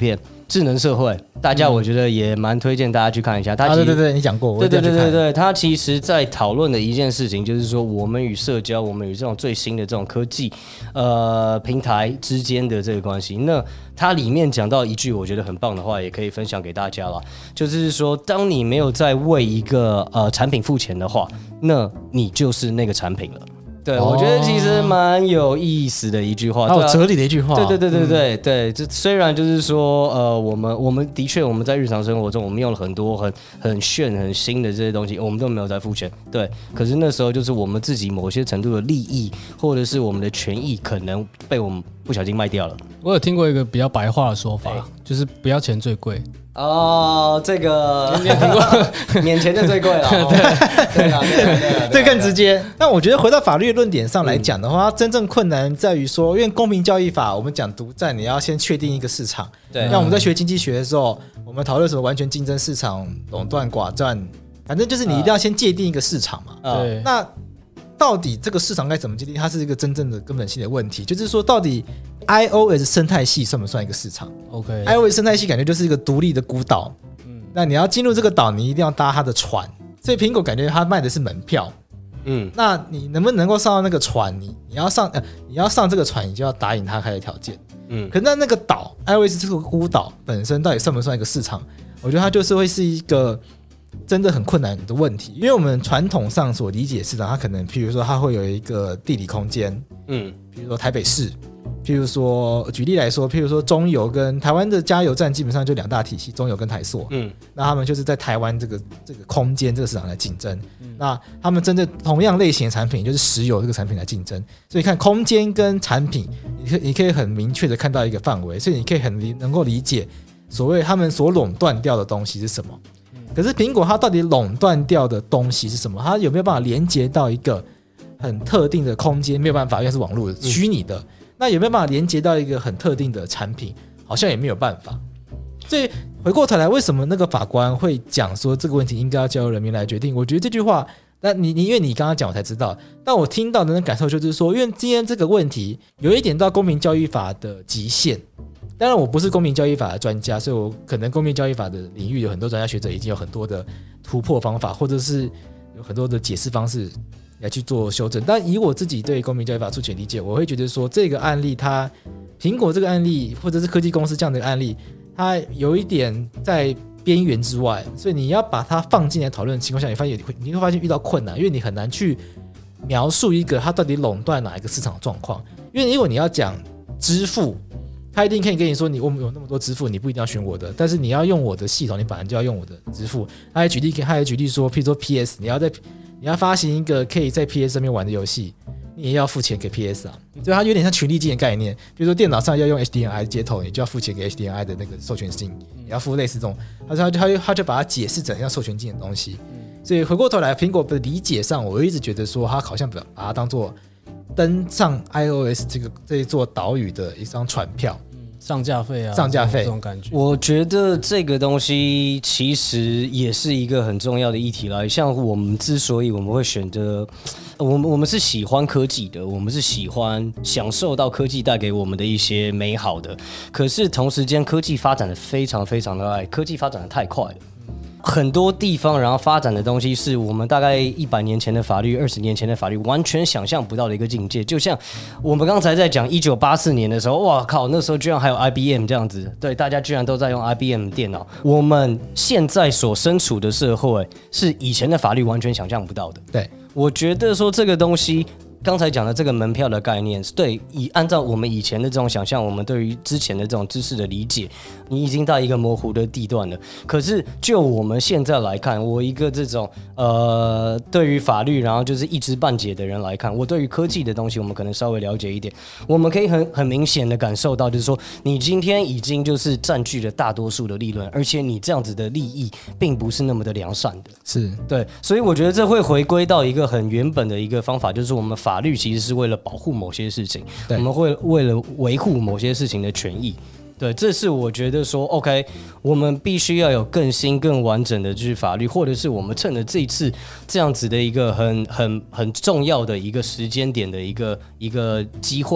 智能社会，大家我觉得也蛮推荐大家去看一下。 对，你讲过， 对，他其实在讨论的一件事情就是说，我们与社交，我们与这种最新的这种科技平台之间的这个关系。那它里面讲到一句我觉得很棒的话，也可以分享给大家了，就是说，当你没有在为一个产品付钱的话，那你就是那个产品了。对，我觉得其实蛮有意思的一句话， 好有哲理的一句话。 对，这虽然就是说，我们的确我们在日常生活中，我们用了很多很炫、很新的这些东西，我们都没有在付钱。对，可是那时候就是我们自己某些程度的利益，或者是我们的权益，可能被我们不小心卖掉了。 我有听过一个比较白话的说法，就是不要钱最贵。 哦，这个你有听过？免钱的最贵了。对， 这更直接。那我觉得回到法律论点上来讲的话，真正困难在于说，因为公平交易法，我们讲独占，你要先确定一个市场。 对。 像我们在学经济学的时候，我们讨论什么完全竞争市场、垄断、寡占，反正就是你一定要先界定一个市场嘛。 对。 那到底这个市场该怎么界定？它是一个真正的根本性的问题，就是说到底 iOS 生态系算不算一个市场 ？OK， iOS 生态系感觉就是一个独立的孤岛。那你要进入这个岛，你一定要搭它的船，所以苹果感觉它卖的是门票。那你能不能够上到那个船？你要上这个船，你就要答应它开的条件。可是那个岛 iOS 这个孤岛本身到底算不算一个市场？我觉得它就是会是一个真的很困难的问题，因为我们传统上所理解的市场，它可能譬如说它会有一个地理空间，比如说台北市，譬如说举例来说，譬如说中油跟台湾的加油站基本上就两大体系，中油跟台塑，那他们就是在台湾这个空间这个市场来竞争，那他们针对同样类型的产品，就是石油这个产品来竞争，所以看空间跟产品，你可以很明确的看到一个范围，所以你可以能够理解所谓他们所垄断掉的东西是什么。可是苹果它到底垄断掉的东西是什么？它有没有办法连接到一个很特定的空间？没有办法，因为是网络的虚拟的。那有没有办法连接到一个很特定的产品？好像也没有办法。所以回过头来，为什么那个法官会讲说这个问题应该要交由人民来决定？我觉得这句话，那你因为你刚刚讲我才知道，但我听到的那感受就是说，因为今天这个问题有一点到公平交易法的极限。当然我不是公平交易法的专家，所以我可能公平交易法的领域有很多专家学者已经有很多的突破方法，或者是有很多的解释方式来去做修正。但以我自己对公平交易法初浅理解，我会觉得说这个案例它苹果这个案例或者是科技公司这样的案例，它有一点在边缘之外，所以你要把它放进来讨论的情况下，你会发现遇到困难，因为你很难去描述一个它到底垄断哪一个市场的状况。因为如果你要讲支付，他一定可以跟你说，我们有那么多支付，你不一定要选我的，但是你要用我的系统，你本来就要用我的支付。他还举例说，譬如说 PS， 你要发行一个可以在 PS 上面玩的游戏，你也要付钱给 PS 啊。所以它有点像权利金的概念，比如说电脑上要用 HDMI 接头，你就要付钱给 HDMI 的那个授权金，你要付类似这种，他就把它解释成像授权金的东西。所以回过头来，苹果的理解上，我一直觉得说，他好像把它当做登上 iOS 这一座岛屿的一张船票。 上架费啊，这种感觉。 我觉得这个东西其实也是一个很重要的议题啦。像我们之所以我们会选择，我们是喜欢科技的，我们是喜欢享受到科技带给我们的一些美好的。可是同时间，科技发展的非常非常的快，科技发展的太快了。很多地方然后发展的东西是我们大概100年前的法律、20年前的法律完全想象不到的一个境界。就像我们刚才在讲1984年的时候，哇靠，那时候居然还有 IBM 这样子，对，大家居然都在用 IBM 电脑。我们现在所身处的社会是以前的法律完全想象不到的。 对， 我觉得说这个东西。刚才讲的这个门票的概念，对，按照我们以前的这种想象，我们对于之前的这种知识的理解，你已经到一个模糊的地段了。可是就我们现在来看，我一个这种对于法律然后就是一知半解的人来看，我对于科技的东西，我们可能稍微了解一点，我们可以很明显的感受到，就是说你今天已经就是占据了大多数的利润，而且你这样子的利益并不是那么的良善的， 是对， 所以我觉得这会回归到一个很原本的一个方法，就是我们法律其实是为了保护某些事情，我们会为了维护某些事情的权益。对，这是我觉得说 OK， 我们必须要有更新更完整的就是法律，或者是我们趁着这一次这样子的一个很重要的一个时间点的一个机会，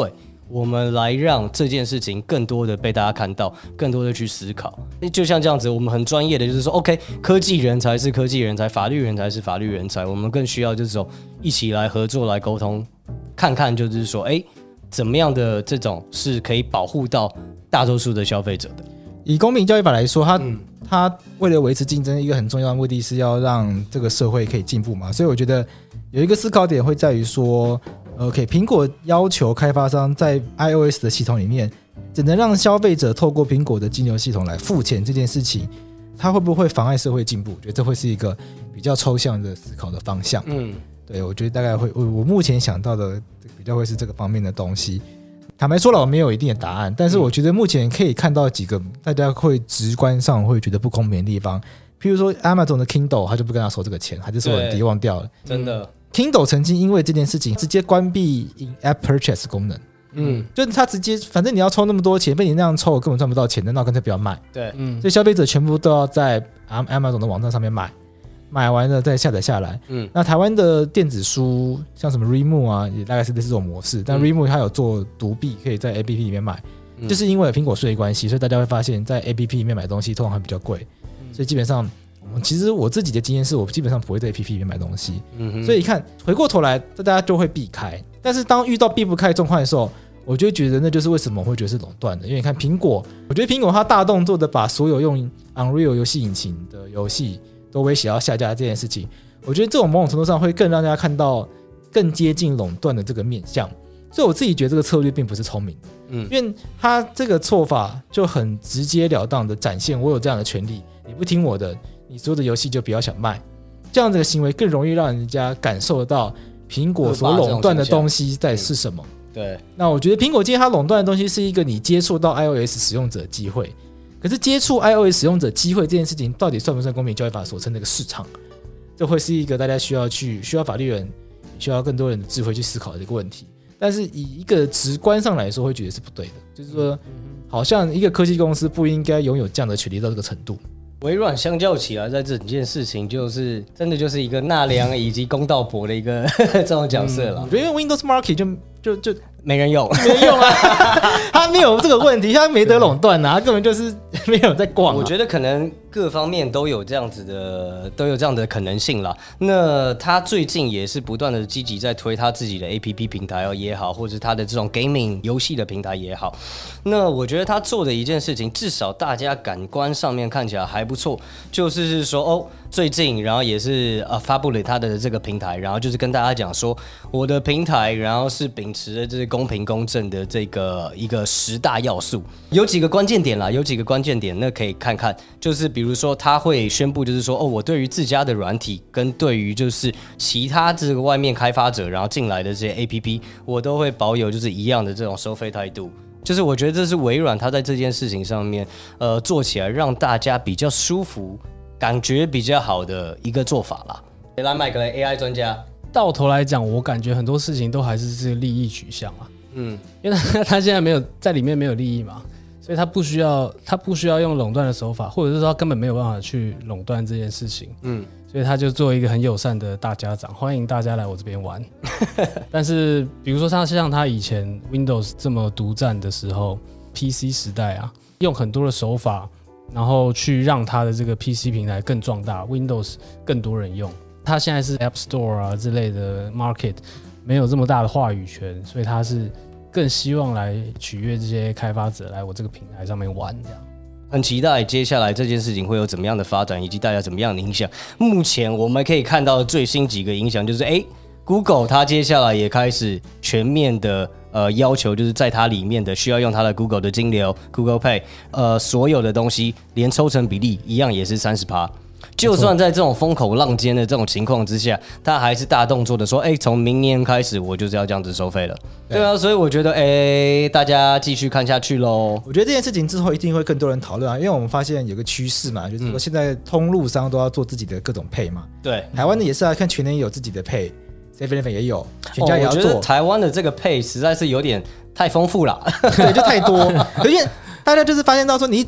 我们来让这件事情更多的被大家看到，更多的去思考。就像这样子，我们很专业的就是说 OK， 科技人才是科技人才，法律人才是法律人才，我们更需要这种一起来合作来沟通，看看就是说怎么样的这种是可以保护到大多数的消费者的。 以公平交易法来说，它为了维持竞争，一个很重要的目的是要让这个社会可以进步嘛。所以我觉得有一个思考点会在于说，OK， 苹果要求开发商在 iOS 的系统里面，只能让消费者透过苹果的金流系统来付钱这件事情，它会不会妨碍社会进步？我觉得这会是一个比较抽象的思考的方向。对，我觉得大概会，我目前想到的比较会是这个方面的东西。坦白说了，我没有一定的答案，但是我觉得目前可以看到几个大家会直观上会觉得不公平的地方，譬如说 Amazon 的 Kindle， 他就不跟他收这个钱，他就收很低，忘掉了。 真的 ，Kindle 曾经因为这件事情直接关闭 In-App Purchase 功能。就是他直接，反正你要抽那么多钱，被你那样抽，我根本赚不到钱的，那我干脆不要卖。 对， 所以消费者全部都要在 Amazon 的网站上面买完了再下载下来。那台湾的电子书像什么 Readmoo 啊，也大概是类似这种模式，但 Readmoo 它有做独币，可以在 APP 里面买，就是因为有苹果税的关系，所以大家会发现在 APP 里面买东西通常会比较贵，所以基本上其实我自己的经验是我基本上不会在 APP 里面买东西，所以你看回过头来大家就会避开，但是当遇到避不开的状况的时候，我就会觉得那就是为什么我会觉得是垄断的，因为你看苹果，我觉得苹果它大动作的把所有用 Unreal 游戏引擎的游戏都威胁要下架这件事情，我觉得这种某种程度上会更让大家看到更接近垄断的这个面向，所以我自己觉得这个策略并不是聪明的，因为他这个做法就很直截了当的展现我有这样的权利，你不听我的，你所有的游戏就不要想卖，这样子的行为更容易让人家感受得到苹果所垄断的东西在是什么。 对， 那我觉得苹果今天它垄断的东西是一个你接触到 iOS 使用者的机会，可是接触 iOS 使用者机会这件事情到底算不算公平交易法所称的一个市场，这会是一个大家需要法律人需要更多人的智慧去思考的一个问题。但是以一个直观上来说会觉得是不对的，就是说好像一个科技公司不应该拥有这样的权利到这个程度。 微软相较起来在整件事情就是真的就是一个纳凉以及公道伯的一个这种角色了， 因为 Windows Market 就没人用， 没人用啊，他没有这个问题，他没得垄断啊，他根本就是没有在逛啊。 我觉得可能各方面都有这样的可能性啦。那他最近也是不断的积极在推他自己的 APP 平台也好，或者他的这种 gaming 游戏的平台也好。那我觉得他做的一件事情，至少大家感官上面看起来还不错，就是说最近然后也是发布了他的这个平台，然后就是跟大家讲说我的平台，然后是秉持着这公平公正的这个一个10大要素，有几个关键点啦，那可以看看，就是比如说他会宣布就是说我对于自家的软体跟对于就是其他这个外面开发者然后进来的这些 APP， 我都会保有就是一样的这种收费态度。就是我觉得这是微软它在这件事情上面做起来让大家比较舒服，感觉比较好的一个做法啦。来麦克 AI 专家， 到头来讲，我感觉很多事情都还是这个利益取向啊。因为他现在没有在里面没有利益嘛，所以他不需要用垄断的手法，或者是说他根本没有办法去垄断这件事情。所以他就做一个很友善的大家长，欢迎大家来我这边玩。但是比如说像他以前 Windows 这么独占的时候 ，PC 时代啊，用很多的手法，然后去让他的这个 PC 平台更壮大 ，Windows 更多人用。他现在是 App Store 啊之类的 Market 没有这么大的话语权，所以他是更希望来取悦这些开发者来我这个平台上面玩这样。 很期待接下来这件事情会有怎么样的发展，以及带来怎么样的影响。目前我们可以看到的最新几个影响就是Google 它接下来也开始全面的要求，就是在它里面的需要用它的 Google 的金流 Google Pay， 所有的东西连抽成比例一样也是30%。就算在这种风口浪尖的这种情况之下，他还是大动作的说，从明年开始我就是要这样子收费了。对啊，所以我觉得，大家继续看下去咯。 我觉得这件事情之后一定会更多人讨论啊，因为我们发现有个趋势嘛，就是说现在通路商都要做自己的各种配嘛。 对， 台湾的也是啊，看全联有自己的配 ，7-Eleven 也有，全家也要做。 我觉得台湾的这个配实在是有点太丰富了， 对，就太多。因为大家就是发现到说你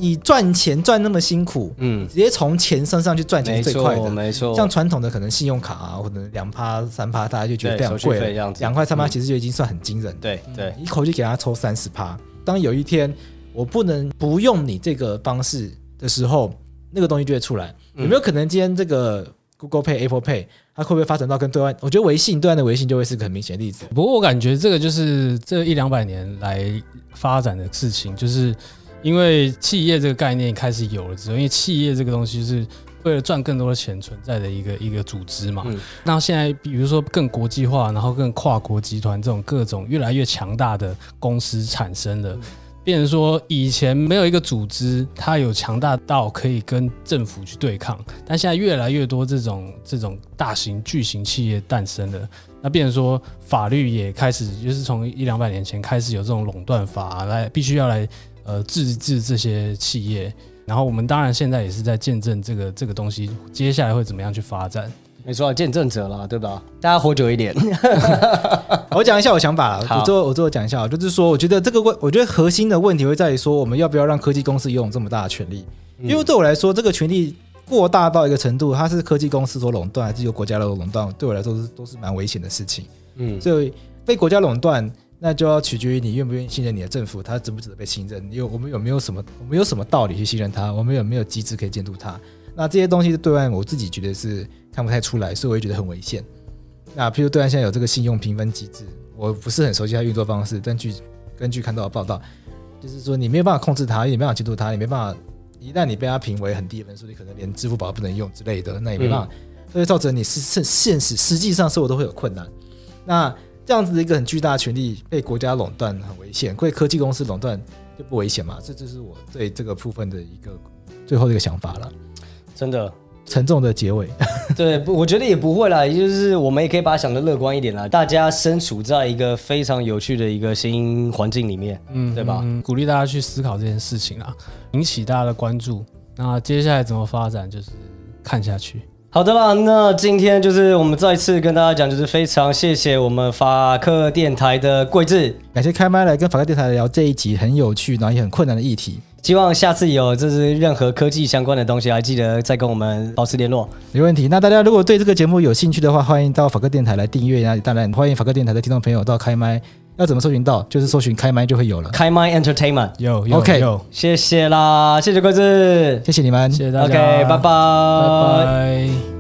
你赚钱赚那么辛苦，直接从钱身上去赚钱是最快的， 没错。 像传统的可能信用卡啊，或者2%、3%，大家就觉得非常贵了，2块3%其实就已经算很惊人。 对， 一口气给他抽30%。当有一天我不用你这个方式的时候，那个东西就会出来。有没有可能今天这个 Google Pay、Apple Pay， 它会不会发展到跟对岸？我觉得对岸的微信就会是个很明显的例子。 不过我感觉这个就是这100-200年来发展的事情，就是因为企业这个概念开始有了之后，因为企业这个东西就是为了赚更多的钱存在的一个组织嘛。那现在比如说更国际化，然后更跨国集团这种各种越来越强大的公司产生了。变成说以前没有一个组织它有强大到可以跟政府去对抗，但现在越来越多这种大型巨型企业诞生了，那变成说法律也开始就是从100-200年前开始有这种垄断法必须要来制止这些企业，然后我们当然现在也是在见证这个东西接下来会怎么样去发展。 没错，见证者啦，对吧？大家活久一点。 我讲一下我想法啦，我最后讲一下，就是说，我觉得核心的问题会在于说，我们要不要让科技公司拥有这么大的权利？因为对我来说，这个权利过大到一个程度，它是科技公司所垄断，还是由国家垄断，对我来说都是蛮危险的事情。所以被国家垄断，那就要取决于你愿不愿意信任你的政府，它值不值得被信任？我们有没有什么道理去信任它？我们有没有机制可以监督它？那这些东西对岸我自己觉得是看不太出来，所以我也觉得很危险。那譬如对岸现在有这个信用评分机制，我不是很熟悉它运作方式，但根据看到的报道，就是说你没有办法控制它，也没办法监督它，你没办法，一旦你被它评为很低的分数，你可能连支付宝不能用之类的，那也没办法，所以造成你实际上生活都会有困难。那这样子的一个很巨大的权利被国家垄断很危险，被科技公司垄断就不危险嘛？这就是我对这个部分的一个最后的一个想法了。 真的沉重的结尾。 对，我觉得也不会啦，也就是我们也可以把它想得乐观一点啦。大家身处在一个非常有趣的一个新环境里面，对吧？ 鼓励大家去思考这件事情啦，引起大家的关注。那接下来怎么发展，就是看下去。 好的啦，那今天就是我们再次跟大家讲，就是非常谢谢我们法克电台的桂智， 感谢开麦来跟法克电台聊这一集很有趣，然后也很困难的议题。 希望下次有就是任何科技相关的东西，还记得再跟我们保持联络。 没问题。那大家如果对这个节目有兴趣的话，欢迎到法克电台来订阅。那当然欢迎法克电台的听众朋友到开麦。要怎么搜寻到？就是搜寻开麦就会有了。开麦 Entertainment 有 OK， 谢谢啦，谢谢桂智， 谢谢你们， 谢谢大家。 OK， 拜拜， 拜拜。